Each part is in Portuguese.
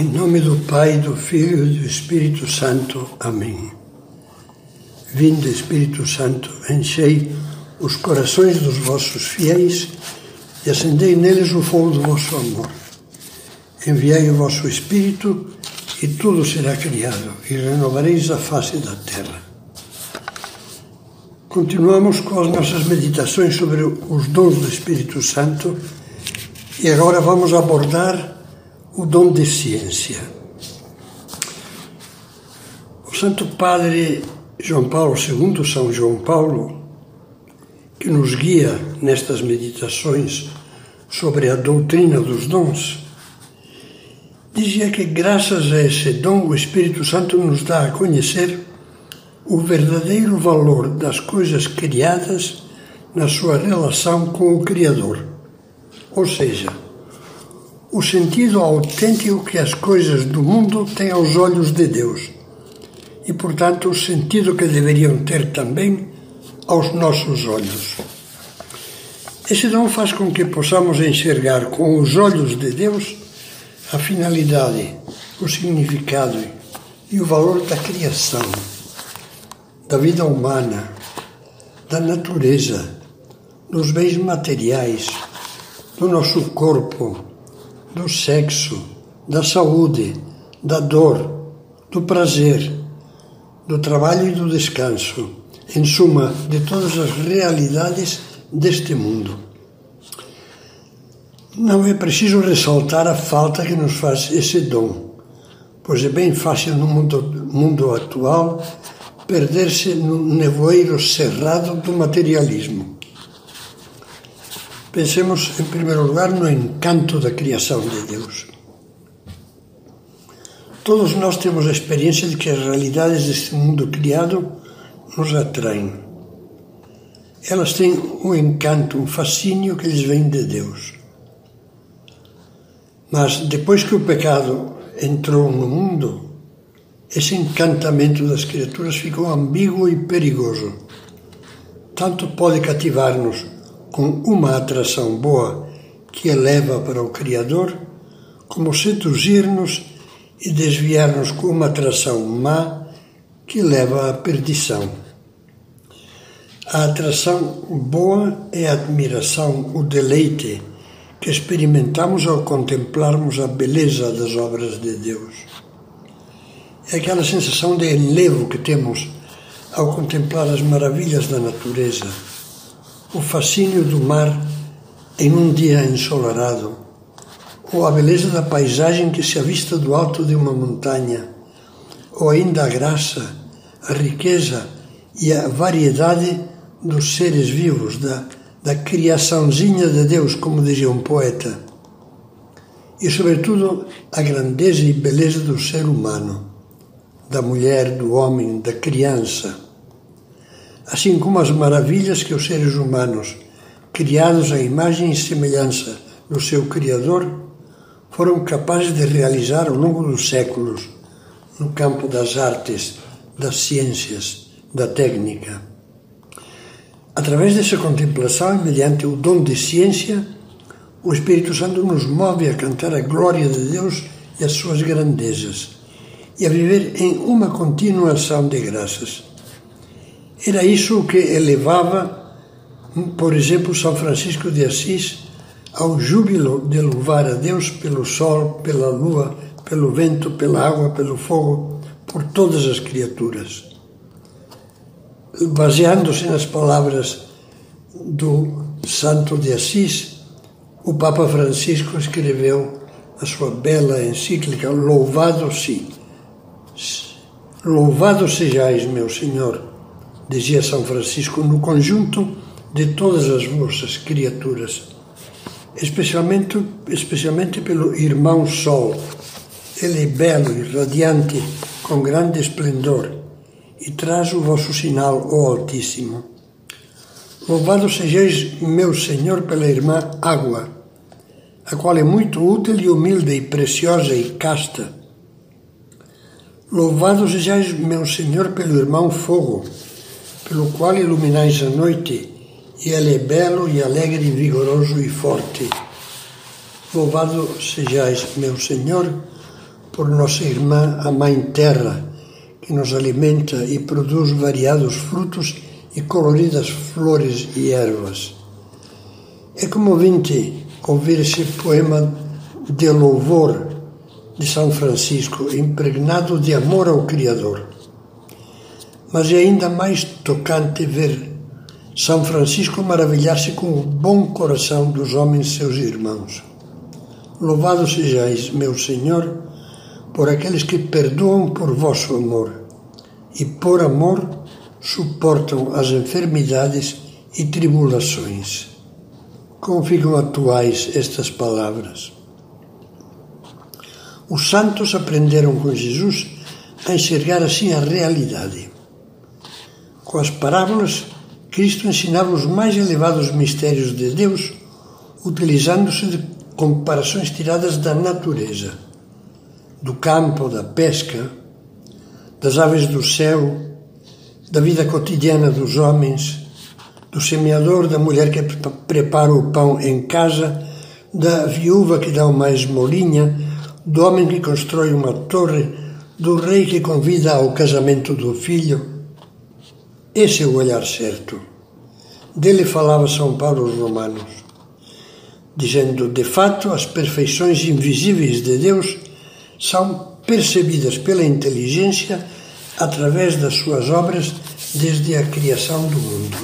Em nome do Pai, do Filho e do Espírito Santo. Amém. Vinde, Espírito Santo, enchei os corações dos vossos fiéis e acendei neles o fogo do vosso amor. Enviai o vosso Espírito e tudo será criado e renovareis a face da terra. Continuamos com as nossas meditações sobre os dons do Espírito Santo e agora vamos abordar o dom de ciência. O Santo Padre João Paulo II, São João Paulo, que nos guia nestas meditações sobre a doutrina dos dons, dizia que graças a esse dom o Espírito Santo nos dá a conhecer o verdadeiro valor das coisas criadas na sua relação com o Criador, ou seja, o sentido autêntico que as coisas do mundo têm aos olhos de Deus e, portanto, o sentido que deveriam ter também aos nossos olhos. Esse dom faz com que possamos enxergar com os olhos de Deus a finalidade, o significado e o valor da criação, da vida humana, da natureza, dos bens materiais, do nosso corpo, do sexo, da saúde, da dor, do prazer, do trabalho e do descanso, em suma, de todas as realidades deste mundo. Não é preciso ressaltar a falta que nos faz esse dom, pois é bem fácil no mundo atual perder-se no nevoeiro cerrado do materialismo. Pensemos, em primeiro lugar, no encanto da criação de Deus. Todos nós temos a experiência de que as realidades deste mundo criado nos atraem. Elas têm um encanto, um fascínio que lhes vem de Deus. Mas depois que o pecado entrou no mundo, esse encantamento das criaturas ficou ambíguo e perigoso. Tanto pode cativar-nos com uma atração boa que eleva para o Criador, como seduzir-nos e desviar-nos com uma atração má que leva à perdição. A atração boa é a admiração, o deleite que experimentamos ao contemplarmos a beleza das obras de Deus. É aquela sensação de enlevo que temos ao contemplar as maravilhas da natureza, o fascínio do mar em um dia ensolarado, ou a beleza da paisagem que se avista do alto de uma montanha, ou ainda a graça, a riqueza e a variedade dos seres vivos, da criaçãozinha de Deus, como dizia um poeta, e sobretudo a grandeza e beleza do ser humano, da mulher, do homem, da criança, assim como as maravilhas que os seres humanos, criados à imagem e semelhança do seu Criador, foram capazes de realizar ao longo dos séculos, no campo das artes, das ciências, da técnica. Através dessa contemplação e mediante o dom de ciência, o Espírito Santo nos move a cantar a glória de Deus e as suas grandezas, e a viver em uma contínua ação de graças. Era isso o que elevava, por exemplo, São Francisco de Assis ao júbilo de louvar a Deus pelo sol, pela lua, pelo vento, pela água, pelo fogo, por todas as criaturas. Baseando-se nas palavras do Santo de Assis, o Papa Francisco escreveu a sua bela encíclica Louvado sejais, meu Senhor, dizia São Francisco, no conjunto de todas as vossas criaturas, especialmente pelo irmão Sol. Ele é belo e radiante, com grande esplendor, e traz o vosso sinal, ó Altíssimo. Louvado sejais, meu Senhor, pela irmã Água, a qual é muito útil e humilde e preciosa e casta. Louvado sejais, meu Senhor, pelo irmão Fogo, pelo qual iluminais a noite, e ele é belo e alegre, vigoroso e forte. Louvado sejais, meu Senhor, por nossa irmã, a Mãe Terra, que nos alimenta e produz variados frutos e coloridas flores e ervas. É comovente ouvir esse poema de louvor de São Francisco, impregnado de amor ao Criador. Mas é ainda mais tocante ver São Francisco maravilhar-se com o bom coração dos homens seus irmãos. Louvado sejais, meu Senhor, por aqueles que perdoam por vosso amor e por amor suportam as enfermidades e tribulações. Como ficam atuais estas palavras? Os santos aprenderam com Jesus a enxergar assim a realidade. Com as parábolas, Cristo ensinava os mais elevados mistérios de Deus, utilizando-se de comparações tiradas da natureza, do campo, da pesca, das aves do céu, da vida cotidiana dos homens, do semeador, da mulher que prepara o pão em casa, da viúva que dá uma esmolinha, do homem que constrói uma torre, do rei que convida ao casamento do filho. Esse é o olhar certo. Dele falava São Paulo aos Romanos, dizendo, de fato, as perfeições invisíveis de Deus são percebidas pela inteligência através das suas obras desde a criação do mundo.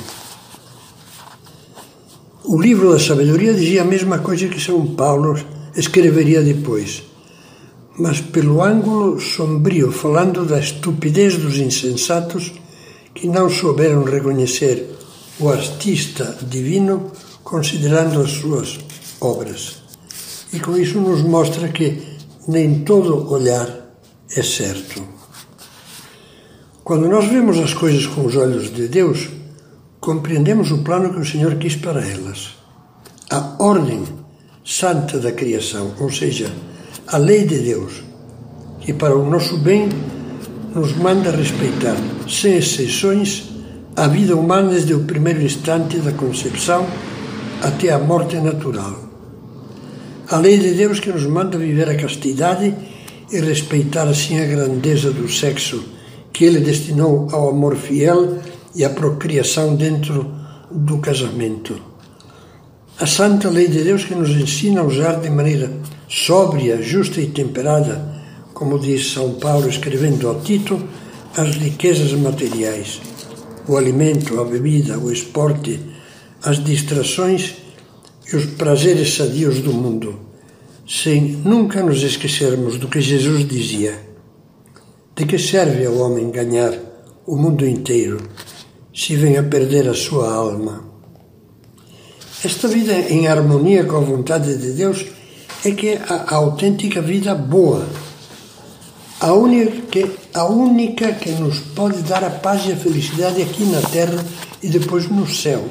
O livro da sabedoria dizia a mesma coisa que São Paulo escreveria depois, mas pelo ângulo sombrio, falando da estupidez dos insensatos que não souberam reconhecer o artista divino considerando as suas obras. E com isso nos mostra que nem todo olhar é certo. Quando nós vemos as coisas com os olhos de Deus, compreendemos o plano que o Senhor quis para elas. A ordem santa da criação, ou seja, a lei de Deus, que para o nosso bem nos manda respeitar, sem exceções, a vida humana desde o primeiro instante da concepção até a morte natural. A lei de Deus que nos manda viver a castidade e respeitar assim a grandeza do sexo que Ele destinou ao amor fiel e à procriação dentro do casamento. A santa lei de Deus que nos ensina a usar de maneira sóbria, justa e temperada, como diz São Paulo escrevendo ao Tito, as riquezas materiais, o alimento, a bebida, o esporte, as distrações e os prazeres sadios do mundo, sem nunca nos esquecermos do que Jesus dizia. De que serve ao homem ganhar o mundo inteiro se vem a perder a sua alma? Esta vida em harmonia com a vontade de Deus é que é a autêntica vida boa, a única que nos pode dar a paz e a felicidade aqui na terra e depois no céu.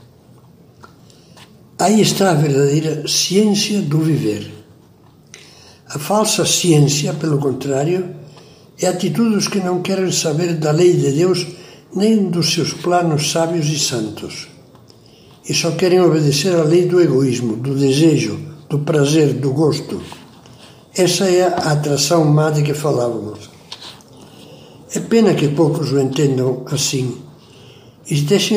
Aí está a verdadeira ciência do viver. A falsa ciência, pelo contrário, é a atitude dos que não querem saber da lei de Deus nem dos seus planos sábios e santos, e só querem obedecer à lei do egoísmo, do desejo, do prazer, do gosto. Essa é a atração má de que falávamos. É pena que poucos o entendam assim e se deixem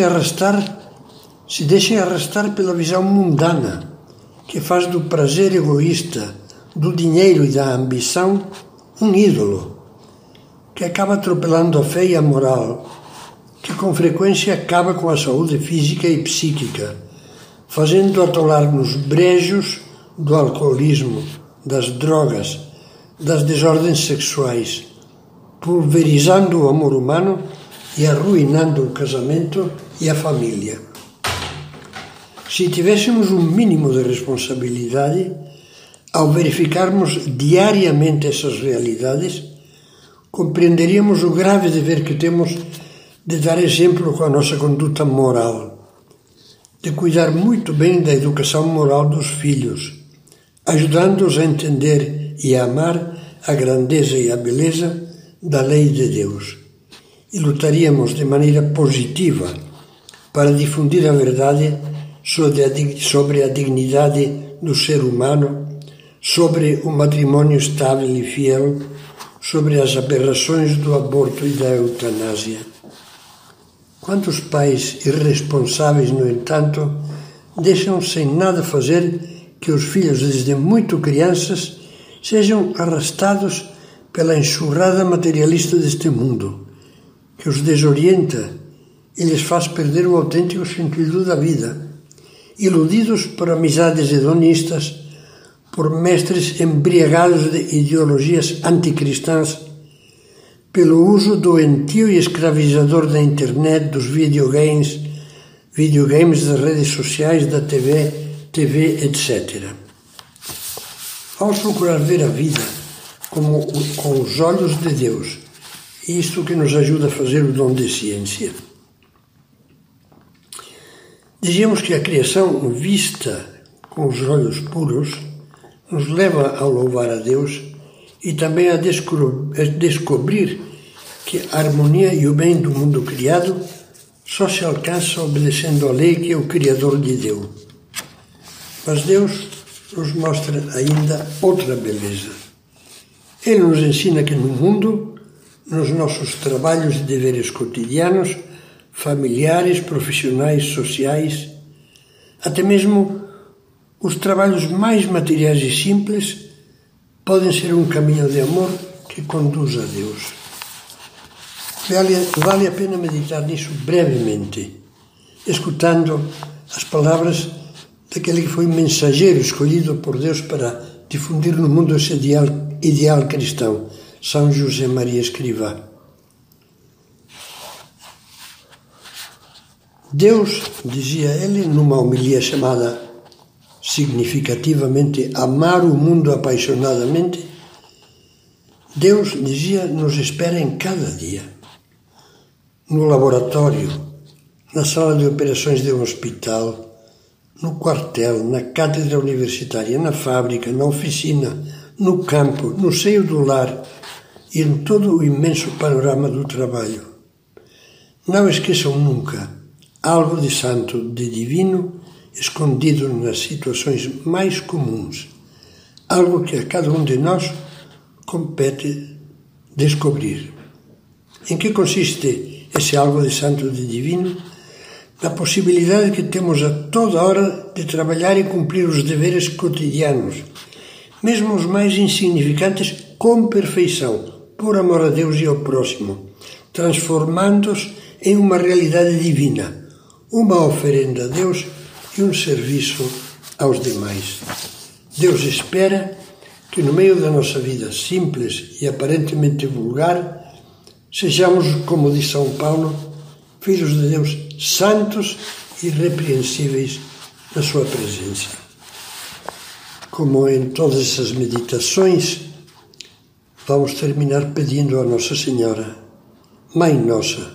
arrastar pela visão mundana, que faz do prazer egoísta, do dinheiro e da ambição um ídolo, que acaba atropelando a fé e a moral, que com frequência acaba com a saúde física e psíquica, fazendo atolar nos brejos do alcoolismo, das drogas, das desordens sexuais, pulverizando o amor humano e arruinando o casamento e a família. Se tivéssemos um mínimo de responsabilidade, ao verificarmos diariamente essas realidades, compreenderíamos o grave dever que temos de dar exemplo com a nossa conduta moral, de cuidar muito bem da educação moral dos filhos, ajudando-os a entender e a amar a grandeza e a beleza da lei de Deus. E lutaríamos de maneira positiva para difundir a verdade sobre a dignidade do ser humano, sobre o matrimônio estável e fiel, sobre as aberrações do aborto e da eutanásia. Quantos pais irresponsáveis, no entanto, deixam sem nada fazer que os filhos, desde muito crianças, sejam arrastados pela enxurrada materialista deste mundo, que os desorienta e lhes faz perder o autêntico sentido da vida, iludidos por amizades hedonistas, por mestres embriagados de ideologias anticristãs, pelo uso doentio e escravizador da internet, dos videogames, das redes sociais, da TV, etc. Vamos procurar ver a vida com os olhos de Deus, isto que nos ajuda a fazer o dom de ciência. Dizíamos que a criação vista com os olhos puros nos leva a louvar a Deus e também a descobrir que a harmonia e o bem do mundo criado só se alcança obedecendo a lei que o Criador lhe deu. Mas Deus nos mostra ainda outra beleza. Ele nos ensina que no mundo, nos nossos trabalhos e deveres cotidianos, familiares, profissionais, sociais, até mesmo os trabalhos mais materiais e simples podem ser um caminho de amor que conduz a Deus. Vale a pena meditar nisso brevemente, escutando as palavras daquele que foi mensageiro escolhido por Deus para difundir no mundo esse ideal cristão, São José Maria Escrivá. Deus, dizia ele numa homilia chamada significativamente Amar o Mundo Apaixonadamente, Deus, dizia, nos espera em cada dia. No laboratório, na sala de operações de um hospital, no quartel, na cátedra universitária, na fábrica, na oficina, no campo, no seio do lar e em todo o imenso panorama do trabalho. Não esqueçam nunca algo de santo, de divino, escondido nas situações mais comuns, algo que a cada um de nós compete descobrir. Em que consiste esse algo de santo, de divino? Na possibilidade que temos a toda hora de trabalhar e cumprir os deveres cotidianos, mesmo os mais insignificantes, com perfeição, por amor a Deus e ao próximo, transformando-os em uma realidade divina, uma oferenda a Deus e um serviço aos demais. Deus espera que no meio da nossa vida simples e aparentemente vulgar, sejamos, como diz São Paulo, filhos de Deus santos e irrepreensíveis na sua presença. Como em todas essas meditações, vamos terminar pedindo a Nossa Senhora, Mãe Nossa,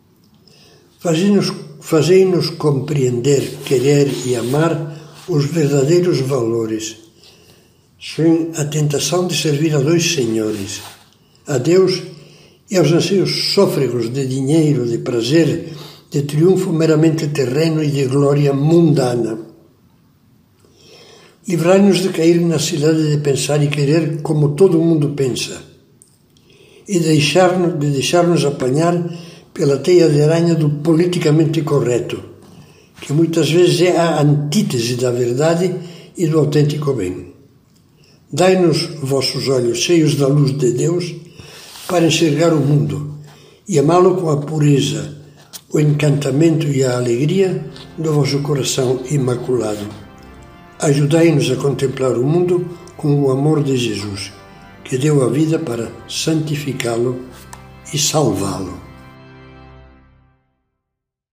fazei-nos compreender, querer e amar os verdadeiros valores, sem a tentação de servir a dois senhores, a Deus e aos anseios sôfregos de dinheiro, de prazer, de triunfo meramente terreno e de glória mundana. Livrai-nos de cair na cidade de pensar e querer como todo mundo pensa, e de deixar-nos apanhar pela teia de aranha do politicamente correto, que muitas vezes é a antítese da verdade e do autêntico bem. Dai-nos vossos olhos cheios da luz de Deus para enxergar o mundo e amá-lo com a pureza, o encantamento e a alegria do vosso coração imaculado. Ajudai-nos a contemplar o mundo com o amor de Jesus, que deu a vida para santificá-lo e salvá-lo.